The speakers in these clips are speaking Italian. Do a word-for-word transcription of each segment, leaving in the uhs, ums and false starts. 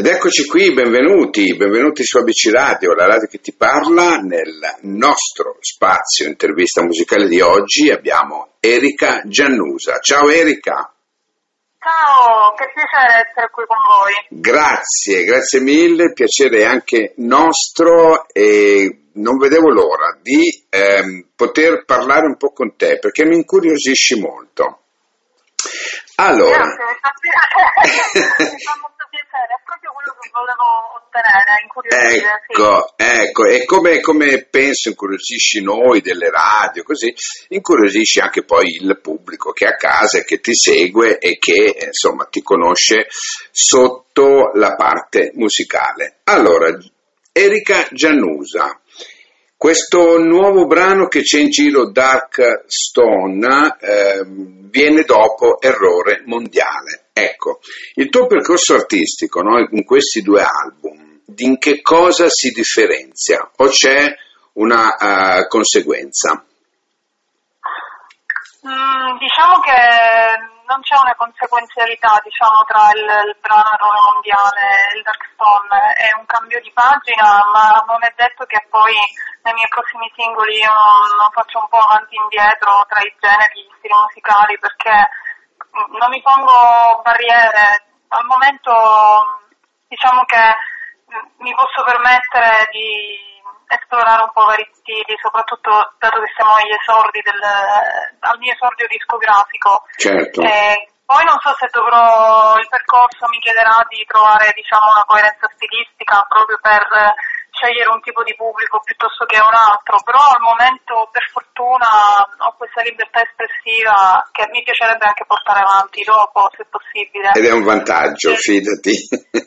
Ed eccoci qui, benvenuti, benvenuti su A B C Radio, la radio che ti parla. Nel nostro spazio intervista musicale di oggi abbiamo Erika Giannusa. Ciao Erika. Ciao, che piacere essere qui con voi. Grazie, grazie mille, piacere anche nostro e non vedevo l'ora di ehm, poter parlare un po' con te perché mi incuriosisci molto. Allora, grazie, mi fa molto piacere, è proprio quello che volevo ottenere, incuriosire. Ecco, sì. ecco, e come, come penso incuriosisci noi delle radio, così, incuriosisci anche poi il pubblico che è a casa e che ti segue e che, insomma, ti conosce sotto la parte musicale. Allora, Erika Giannusa. Questo nuovo brano che c'è in giro, Dark Stone, eh, viene dopo Errore Mondiale. Ecco, il tuo percorso artistico, no, in questi due album, in che cosa si differenzia? O c'è una uh, conseguenza? Mm, diciamo che non c'è una conseguenzialità, diciamo, tra il, il brano Errore Mondiale e il Dark Stone. È un cambio di pagina, ma non è detto che poi nei miei prossimi singoli io non faccio un po' avanti e indietro tra i generi, gli stili musicali, perché non mi pongo barriere. Al momento diciamo che mi posso permettere di esplorare un po' vari stili, soprattutto dato che siamo agli esordi del, al mio esordio discografico. Certo. E poi non so se dovrò, il percorso mi chiederà di trovare, diciamo, una coerenza stilistica proprio per scegliere un tipo di pubblico piuttosto che un altro, però al momento per fortuna ho questa libertà espressiva che mi piacerebbe anche portare avanti dopo, se possibile. Ed è un vantaggio, e... fidati.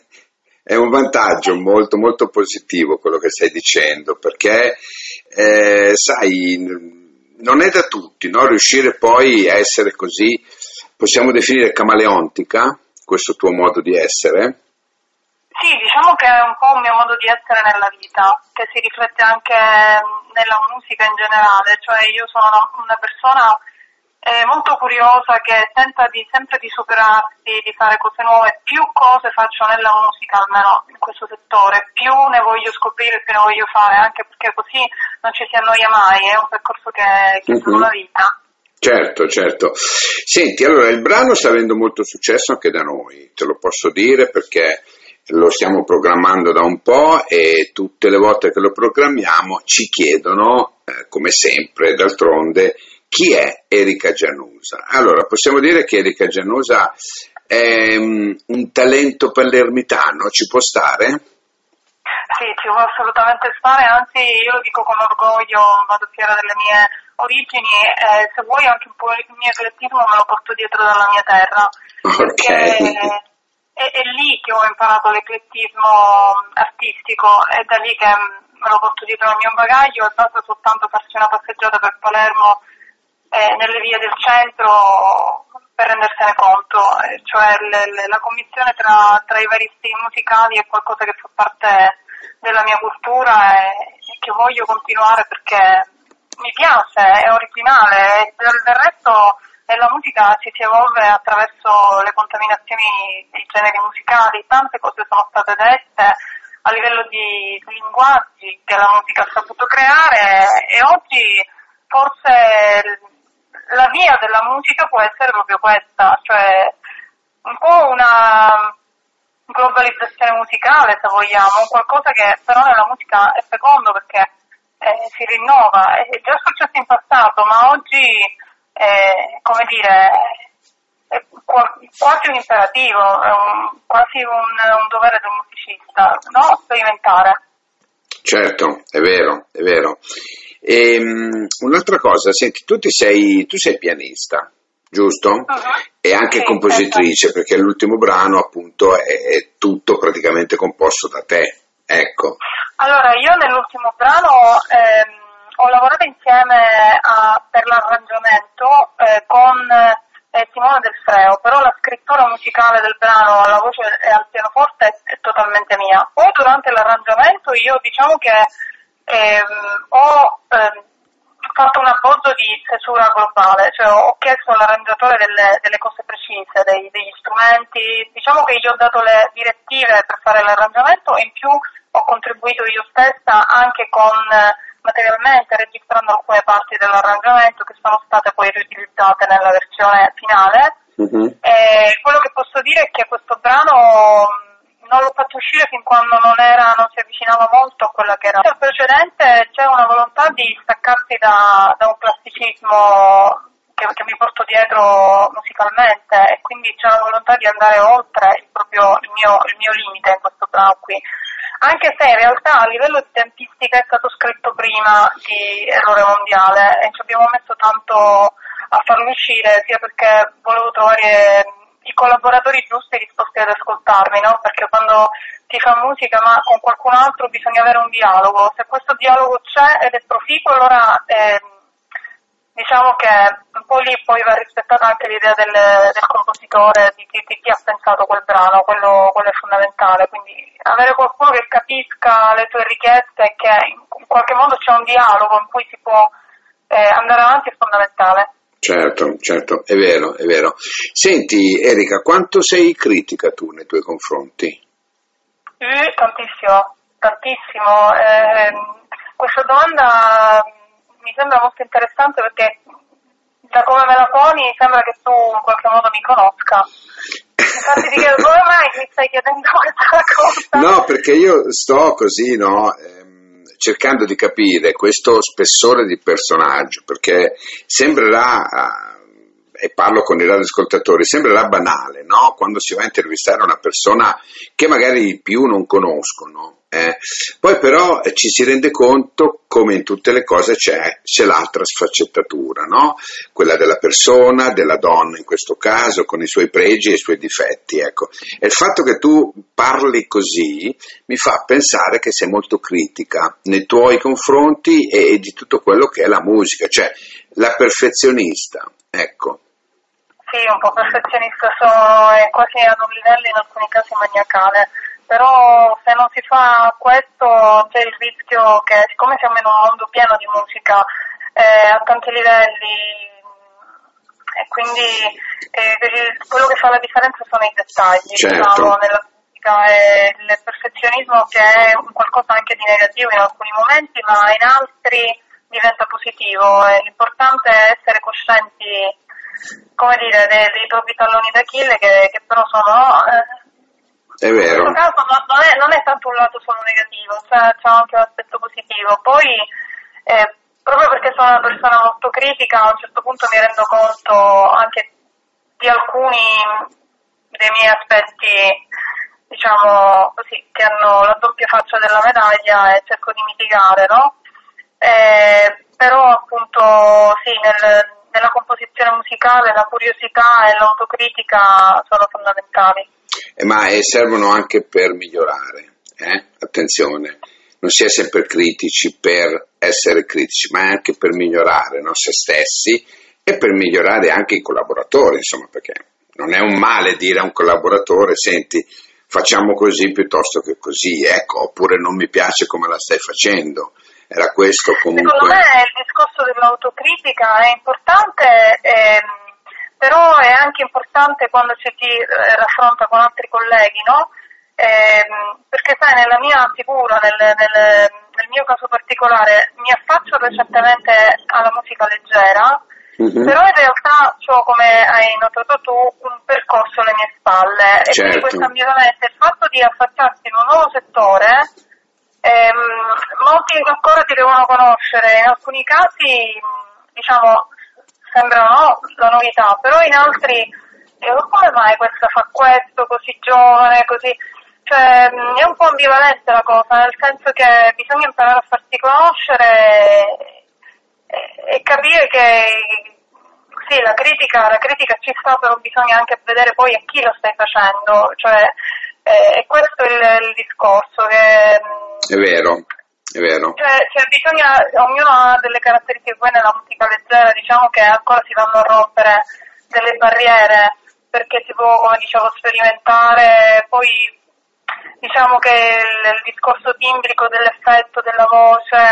È un vantaggio molto molto positivo quello che stai dicendo, perché eh, sai, non è da tutti, no? Riuscire poi a essere così, possiamo definire camaleontica, questo tuo modo di essere? Sì, diciamo che è un po' un mio modo di essere nella vita, che si riflette anche nella musica in generale, cioè io sono una, una persona eh, molto curiosa che tenta di, sempre di superarsi, di fare cose nuove. Più cose faccio nella musica, almeno in questo settore, più ne voglio scoprire, più ne voglio fare, anche perché così non ci si annoia mai, è un percorso che, che è solo la vita. Certo, certo. Senti, allora il brano sta avendo molto successo anche da noi, te lo posso dire perché lo stiamo programmando da un po' e tutte le volte che lo programmiamo ci chiedono, eh, come sempre, d'altronde, chi è Erika Giannusa. Allora, possiamo dire che Erika Giannusa è um, un talento palermitano, ci può stare? Sì, ci può assolutamente stare, anzi io lo dico con orgoglio, vado fiera delle mie origini e se vuoi anche un po' il mio eclettismo me lo porto dietro dalla mia terra. Ok. È, è lì che ho imparato l'eclettismo artistico, è da lì che me lo porto dietro nel mio bagaglio e basta soltanto farsi una passeggiata per Palermo eh, nelle vie del centro per rendersene conto, eh, cioè le, le, la commissione tra, tra i vari stili musicali è qualcosa che fa parte della mia cultura e, e che voglio continuare perché mi piace, è originale e del, del resto nella musica ci si evolve attraverso le contaminazioni dei generi musicali, tante cose sono state dette a livello di linguaggi che la musica ha saputo creare e oggi forse la via della musica può essere proprio questa, cioè un po' una globalizzazione musicale se vogliamo, qualcosa che però nella musica è fecondo perché eh, si rinnova, è già successo in passato ma oggi è, come dire, è quasi un imperativo, è un, quasi un, un dovere del musicista, no? Sperimentare. Certo, è vero, è vero. E, um, un'altra cosa, senti, tu ti sei, tu sei pianista, giusto? Uh-huh. E anche sì, compositrice, certo. Perché l'ultimo brano appunto è, è tutto praticamente composto da te, ecco. Allora, io nell'ultimo brano ehm, ho lavorato insieme a, per l'arrangiamento eh, con eh, Simone Del Freo, però la scrittura musicale del brano alla voce e al pianoforte è, è totalmente mia. Poi durante l'arrangiamento io diciamo che ehm, ho ehm, fatto un abbozzo di stesura globale, cioè ho chiesto all'arrangiatore delle, delle cose precise, dei, degli strumenti, diciamo che gli ho dato le direttive per fare l'arrangiamento e in più ho contribuito io stessa anche con materialmente registrando alcune parti dell'arrangiamento che sono state poi riutilizzate nella versione finale. Mm-hmm. E quello che posso dire è che questo brano non l'ho fatto uscire fin quando non era, non si avvicinava molto a quella che era. Nel precedente c'è una volontà di staccarsi da, da un classicismo che, che mi porto dietro musicalmente e quindi c'è una volontà di andare oltre il, proprio, il, mio, il mio limite in questo brano qui. Anche se in realtà a livello di tempistica è stato scritto prima di Errore Mondiale e ci abbiamo messo tanto a farlo uscire, sia perché volevo trovare i collaboratori giusti disposti ad ascoltarmi, no? Perché quando si fa musica ma con qualcun altro bisogna avere un dialogo, se questo dialogo c'è ed è proficuo allora eh, diciamo che un po' lì poi va rispettata anche l'idea del, del compositore, di, di, di chi ha pensato quel brano, quello, quello è fondamentale, quindi avere qualcuno che capisca le tue richieste e che in qualche modo c'è un dialogo in cui si può eh, andare avanti è fondamentale. Certo, certo, è vero, è vero. Senti Erika, quanto sei critica tu nei tuoi confronti? Sì, tantissimo, tantissimo. Eh, questa domanda mi sembra molto interessante perché da come me la poni sembra che tu in qualche modo mi conosca. Infatti ti chiedo come mai mi stai chiedendo questa cosa? No, perché io sto così, no, ehm, cercando di capire questo spessore di personaggio, perché sembrerà, e parlo con i radioascoltatori, sembrerà banale, no? Quando si va a intervistare una persona che magari i più non conoscono. Eh. Poi però eh, ci si rende conto come in tutte le cose c'è, c'è l'altra sfaccettatura, no? Quella della persona, della donna in questo caso, con i suoi pregi e i suoi difetti, ecco. E il fatto che tu parli così mi fa pensare che sei molto critica nei tuoi confronti e, e di tutto quello che è la musica, cioè la perfezionista, ecco. Sì, un po' perfezionista sono e quasi ad un livello in alcuni casi maniacale. Però se non si fa questo c'è il rischio che, siccome siamo in un mondo pieno di musica eh, a tanti livelli e quindi eh, quello che fa la differenza sono i dettagli, certo. Diciamo, nella musica e il perfezionismo che è un qualcosa anche di negativo in alcuni momenti ma in altri diventa positivo e l'importante è essere coscienti, come dire, dei, dei propri talloni d'Achille che, che però sono... Eh, È vero. In questo caso non è, non è tanto un lato solo negativo, cioè c'è anche un aspetto positivo. Poi, eh, proprio perché sono una persona molto critica, a un certo punto mi rendo conto anche di alcuni dei miei aspetti, diciamo così, che hanno la doppia faccia della medaglia e cerco di mitigare, no? Eh, però appunto sì, nel, nella composizione musicale la curiosità e l'autocritica sono fondamentali. Eh, ma eh, servono anche per migliorare, eh? Attenzione, non si è sempre critici per essere critici, ma anche per migliorare, no? Se stessi e per migliorare anche i collaboratori, insomma, perché non è un male dire a un collaboratore, senti, facciamo così piuttosto che così, ecco, oppure non mi piace come la stai facendo. Era questo comunque. Secondo me il discorso dell'autocritica è importante. Ehm... Però è anche importante quando ci si eh, raffronta con altri colleghi, no? Eh, perché sai, nella mia figura, nel, nel, nel mio caso particolare, mi affaccio recentemente alla musica leggera, mm-hmm. Però in realtà ho, come hai notato tu, un percorso alle mie spalle. Certo. E quindi questo ambientamento, il fatto di affacciarsi in un nuovo settore, ehm, molti ancora ti devono conoscere, in alcuni casi, diciamo, sembra no, la novità, però in altri eh, come mai questa fa questo così giovane, così, cioè è un po' ambivalente la cosa, nel senso che bisogna imparare a farsi conoscere e, e capire che sì, la critica, la critica ci sta, però bisogna anche vedere poi a chi lo stai facendo, cioè eh, e questo è il, il discorso che è vero. È vero. Cioè, cioè bisogna, ognuno ha delle caratteristiche, poi nella musica leggera diciamo che ancora si vanno a rompere delle barriere perché si può, come dicevo, sperimentare, poi diciamo che il, il discorso timbrico dell'effetto della voce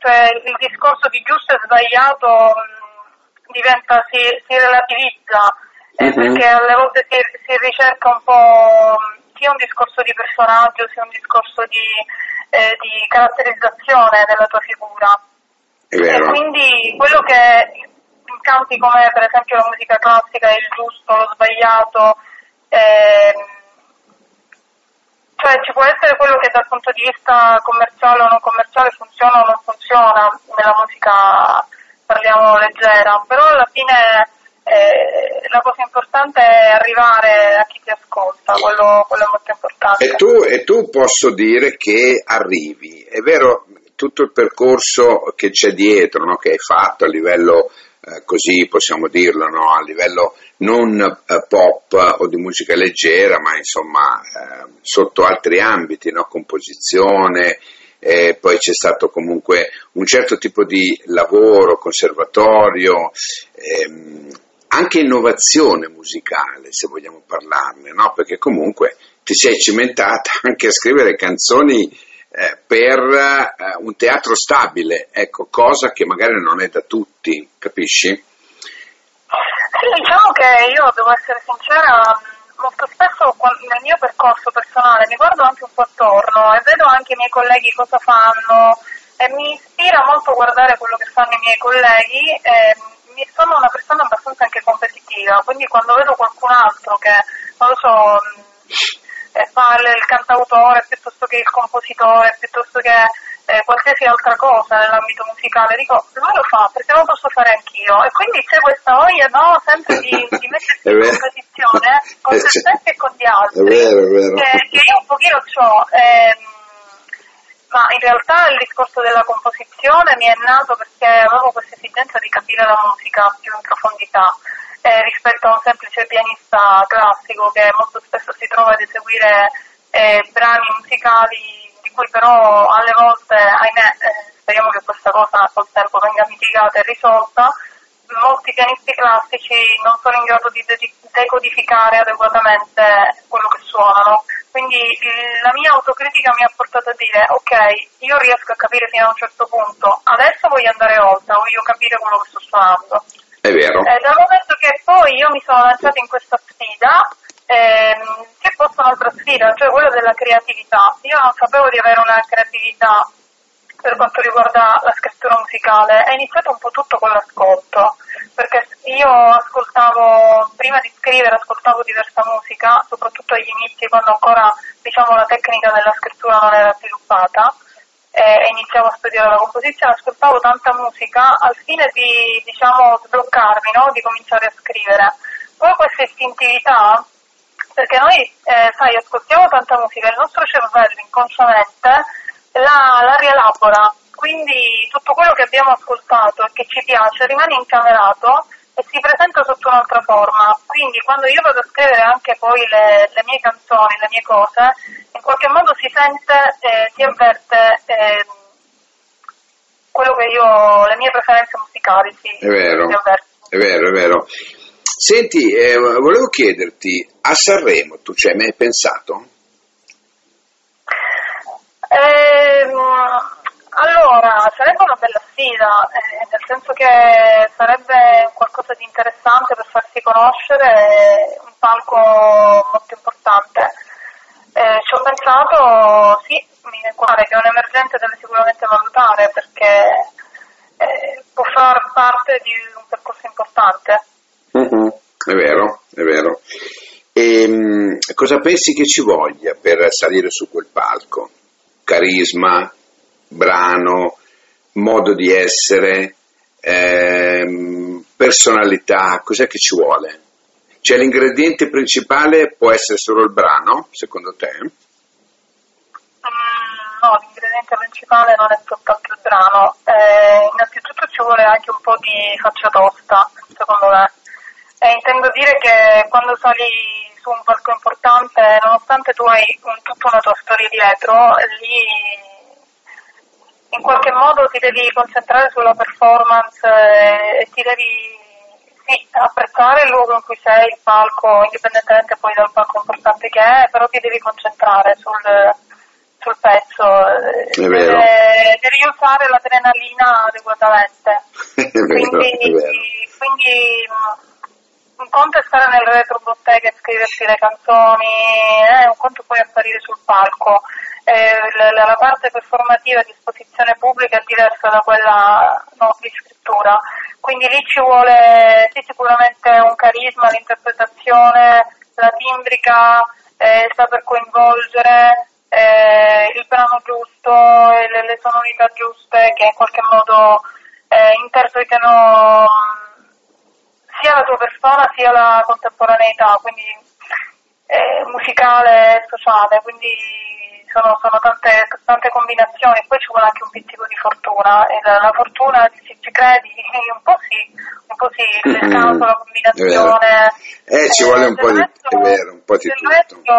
cioè il discorso di giusto e sbagliato mh, diventa, si, si relativizza, eh, mm-hmm. perché alle volte si, si ricerca un po' sia un discorso di personaggio, sia un discorso di, eh, di caratterizzazione della tua figura. E quindi quello che in campi come per esempio la musica classica, il giusto, lo sbagliato, eh, cioè ci può essere quello che dal punto di vista commerciale o non commerciale funziona o non funziona nella musica, parliamo leggera, però alla fine eh, la cosa importante è arrivare a chi ti ascolta, quello, quello è molto importante. E tu, e tu posso dire che arrivi, è vero, tutto il percorso che c'è dietro, no, che hai fatto a livello eh, così possiamo dirlo, no, a livello non eh, pop o di musica leggera, ma insomma eh, sotto altri ambiti, no, composizione, eh, poi c'è stato comunque un certo tipo di lavoro, conservatorio, ehm, anche innovazione musicale, se vogliamo parlarne, no? Perché comunque ti sei cimentata anche a scrivere canzoni eh, per eh, un teatro stabile, ecco, cosa che magari non è da tutti, capisci? Sì, diciamo che io devo essere sincera, molto spesso nel mio percorso personale mi guardo anche un po' attorno e vedo anche i miei colleghi cosa fanno e mi ispira molto guardare quello che fanno i miei colleghi. E sono una persona abbastanza anche competitiva, quindi quando vedo qualcun altro che, non lo so, eh, fa il cantautore piuttosto che il compositore, piuttosto che eh, qualsiasi altra cosa nell'ambito musicale, dico, lui lo fa, perché lo posso fare anch'io? E quindi c'è questa voglia, no, sempre di, di mettersi in competizione con se stessi e con gli altri, è vero, è vero. Che, che io un pochino c'ho. Ehm, Ma in realtà il discorso della composizione mi è nato perché avevo questa esigenza di capire la musica più in profondità eh, rispetto a un semplice pianista classico che molto spesso si trova ad eseguire eh, brani musicali di cui però alle volte, ahimè, eh, speriamo che questa cosa col tempo venga mitigata e risolta, molti pianisti classici non sono in grado di decodificare adeguatamente quello che suonano. Quindi la mia autocritica mi ha portato a dire, ok, io riesco a capire fino a un certo punto, adesso voglio andare oltre, voglio capire quello che sto suonando. È vero. E dal momento che poi io mi sono lanciata in questa sfida, ehm, che fosse un'altra sfida, cioè quella della creatività. Io non sapevo di avere una creatività per quanto riguarda la scrittura musicale, è iniziato un po' tutto con l'ascolto, perché io ascoltavo, prima di scrivere ascoltavo diversa musica, soprattutto agli inizi, quando ancora, diciamo, la tecnica della scrittura non era sviluppata, e iniziavo a studiare la composizione, ascoltavo tanta musica al fine di, diciamo, sbloccarmi, no? Di cominciare a scrivere. Poi questa istintività, perché noi, eh, sai, ascoltiamo tanta musica, il nostro cervello inconsciamente La, la rielabora, quindi tutto quello che abbiamo ascoltato e che ci piace rimane incamerato e si presenta sotto un'altra forma, quindi quando io vado a scrivere anche poi le, le mie canzoni, le mie cose, in qualche modo si sente, eh, si avverte eh, quello che io, le mie preferenze musicali, si, è vero, si avvertono. È vero, è vero. Senti, eh, volevo chiederti, a Sanremo tu ci hai mai pensato? Ehm, allora, sarebbe una bella sfida, eh, nel senso che sarebbe qualcosa di interessante per farsi conoscere, un palco molto importante. Eh, ci ho pensato, sì, mi pare che è un emergente deve sicuramente valutare perché eh, può far parte di un percorso importante. Mm-hmm. È vero, è vero. E, mh, cosa pensi che ci voglia per salire su quel palco? Carisma, brano, modo di essere, ehm, personalità, cos'è che ci vuole? Cioè l'ingrediente principale può essere solo il brano, secondo te? Mm, no, l'ingrediente principale non è soltanto il brano, eh, innanzitutto ci vuole anche un po' di faccia tosta, secondo me. E intendo dire che quando sali su un palco importante, nonostante tu hai un, tutta una tua storia dietro, lì in qualche modo ti devi concentrare sulla performance e, e ti devi sì, apprezzare il luogo in cui sei, il palco, indipendentemente poi dal palco importante che è, però ti devi concentrare sul, sul pezzo, deve, devi usare l'adrenalina adeguatamente. È vero, quindi, è vero. quindi un conto è stare nel retrobottega e scriversi le canzoni, eh, un conto poi apparire sul palco. Eh, la, la parte performativa di esposizione pubblica è diversa da quella no, di scrittura, quindi lì ci vuole sì, sicuramente un carisma, l'interpretazione, la timbrica, eh, il saper coinvolgere, eh, il brano giusto e le, le sonorità giuste che in qualche modo eh, interpretano sia la tua persona sia la contemporaneità, quindi eh, musicale e sociale, quindi sono, sono tante, tante combinazioni, poi ci vuole anche un pizzico di fortuna, e la, la fortuna, se ci credi, un po' sì, un po' sì, il caso, la combinazione. Eh, ci vuole un po' di, è vero, un po' di tutto. Resto,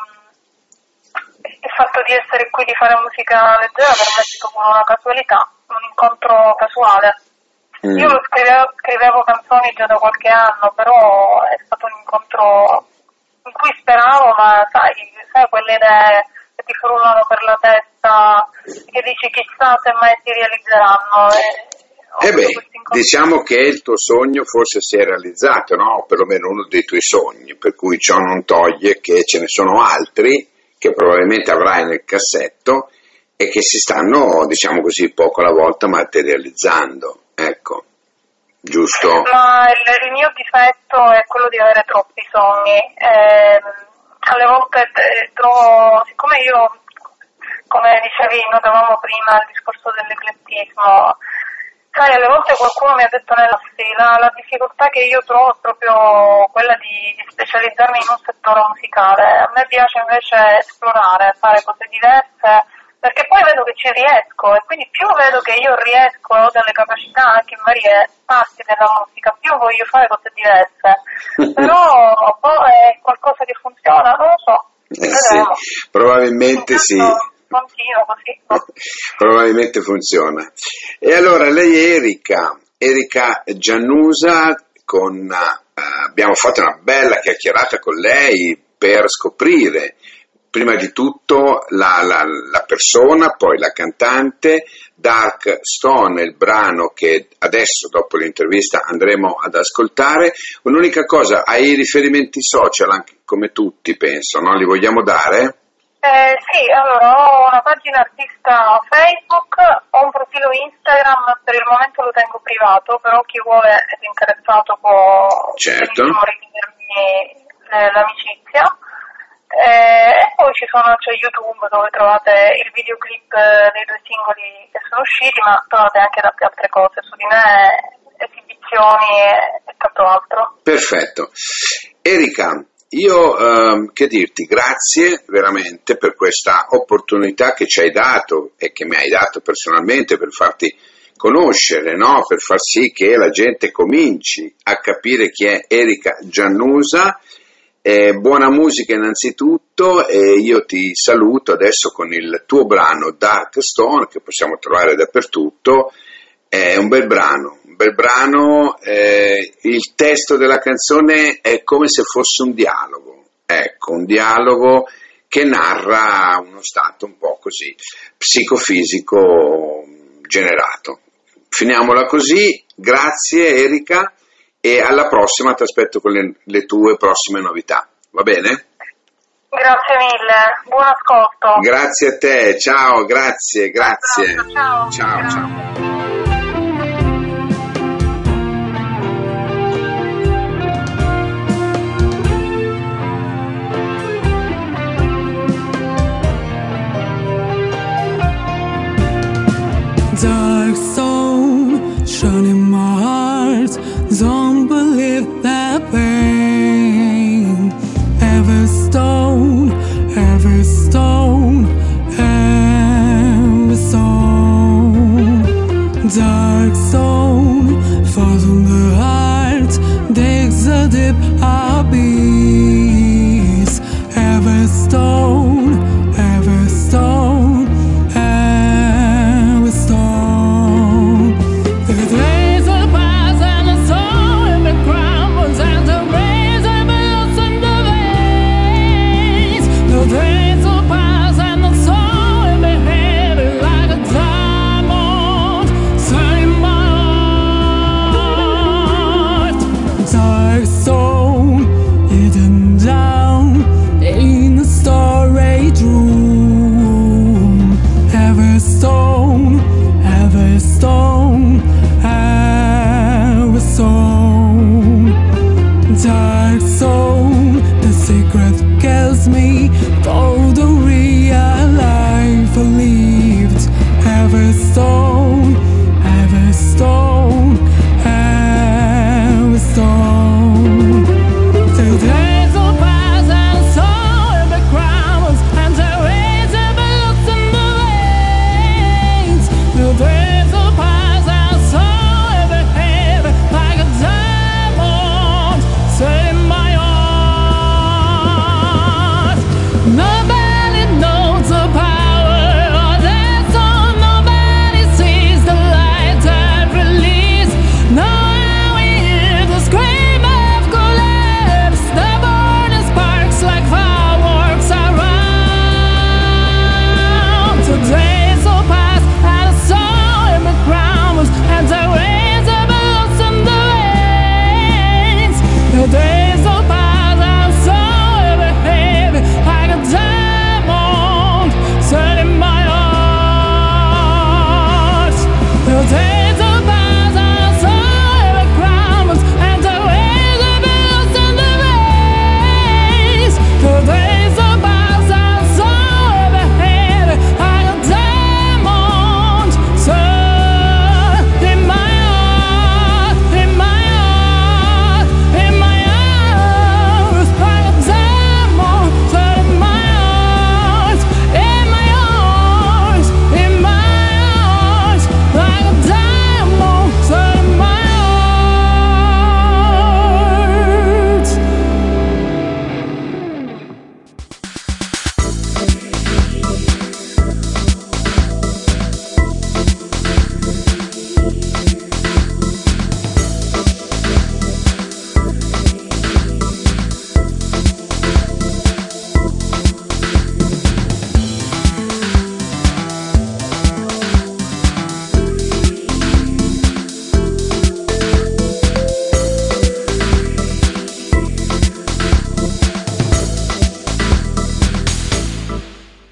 il fatto di essere qui, di fare musica leggera, per me è proprio una casualità, un incontro casuale. Mm. Io scrivevo, scrivevo canzoni già da qualche anno, però è stato un incontro in cui speravo, ma sai, sai quelle idee che ti frullano per la testa, che dici chissà se mai si realizzeranno. E eh beh, diciamo che il tuo sogno forse si è realizzato, no? O perlomeno uno dei tuoi sogni, per cui ciò non toglie che ce ne sono altri che probabilmente avrai nel cassetto e che si stanno, diciamo così, poco alla volta materializzando. Ecco, giusto? Ma il, il mio difetto è quello di avere troppi sogni. Eh, alle volte eh, trovo, siccome io, come dicevi, notavamo prima il discorso dell'eclettismo, sai, alle volte qualcuno mi ha detto nella stila, la difficoltà che io trovo è proprio quella di, di specializzarmi in un settore musicale. A me piace invece esplorare, fare cose diverse, perché poi vedo che ci riesco, e quindi più vedo che io riesco, ho delle capacità anche in varie parti della musica, più voglio fare cose diverse. Però boh, è qualcosa che funziona, non lo so. Eh sì, probabilmente sì. Continuo così. Probabilmente funziona. E allora lei è Erika, Erika Giannusa, con, uh, abbiamo fatto una bella chiacchierata con lei per scoprire prima di tutto la, la, la persona, poi la cantante. Dark Stone è il brano che adesso, dopo l'intervista, andremo ad ascoltare. Un'unica cosa, hai riferimenti social, anche come tutti penso, no? Li vogliamo dare? Eh, sì, allora ho una pagina artista Facebook, ho un profilo Instagram, per il momento lo tengo privato, però chi vuole ed è interessato può certo richiedermi l'amicizia. Eh, e poi ci sono, c'è YouTube dove trovate il videoclip dei due singoli che sono usciti, ma trovate anche tante altre cose su di me, esibizioni e, e tanto altro. Perfetto. Erika, io ehm, che dirti, grazie veramente per questa opportunità che ci hai dato e che mi hai dato personalmente per farti conoscere, no? Per far sì che la gente cominci a capire chi è Erika Giannusa. Eh, buona musica innanzitutto, e io ti saluto adesso con il tuo brano Dark Stone, che possiamo trovare dappertutto. È un bel brano, un bel brano, eh, il testo della canzone è come se fosse un dialogo, ecco, un dialogo che narra uno stato un po' così psicofisico generato. Finiamola così, grazie Erika. E alla prossima, ti aspetto con le, le tue prossime novità, va bene? Grazie mille, buon ascolto. Grazie a te, ciao, grazie, grazie. Ciao, ciao. Ciao, ciao. Dark stone shone in my heart. Don't believe that pain. Every stone, every stone, every stone. dark soul, the secret kills me for the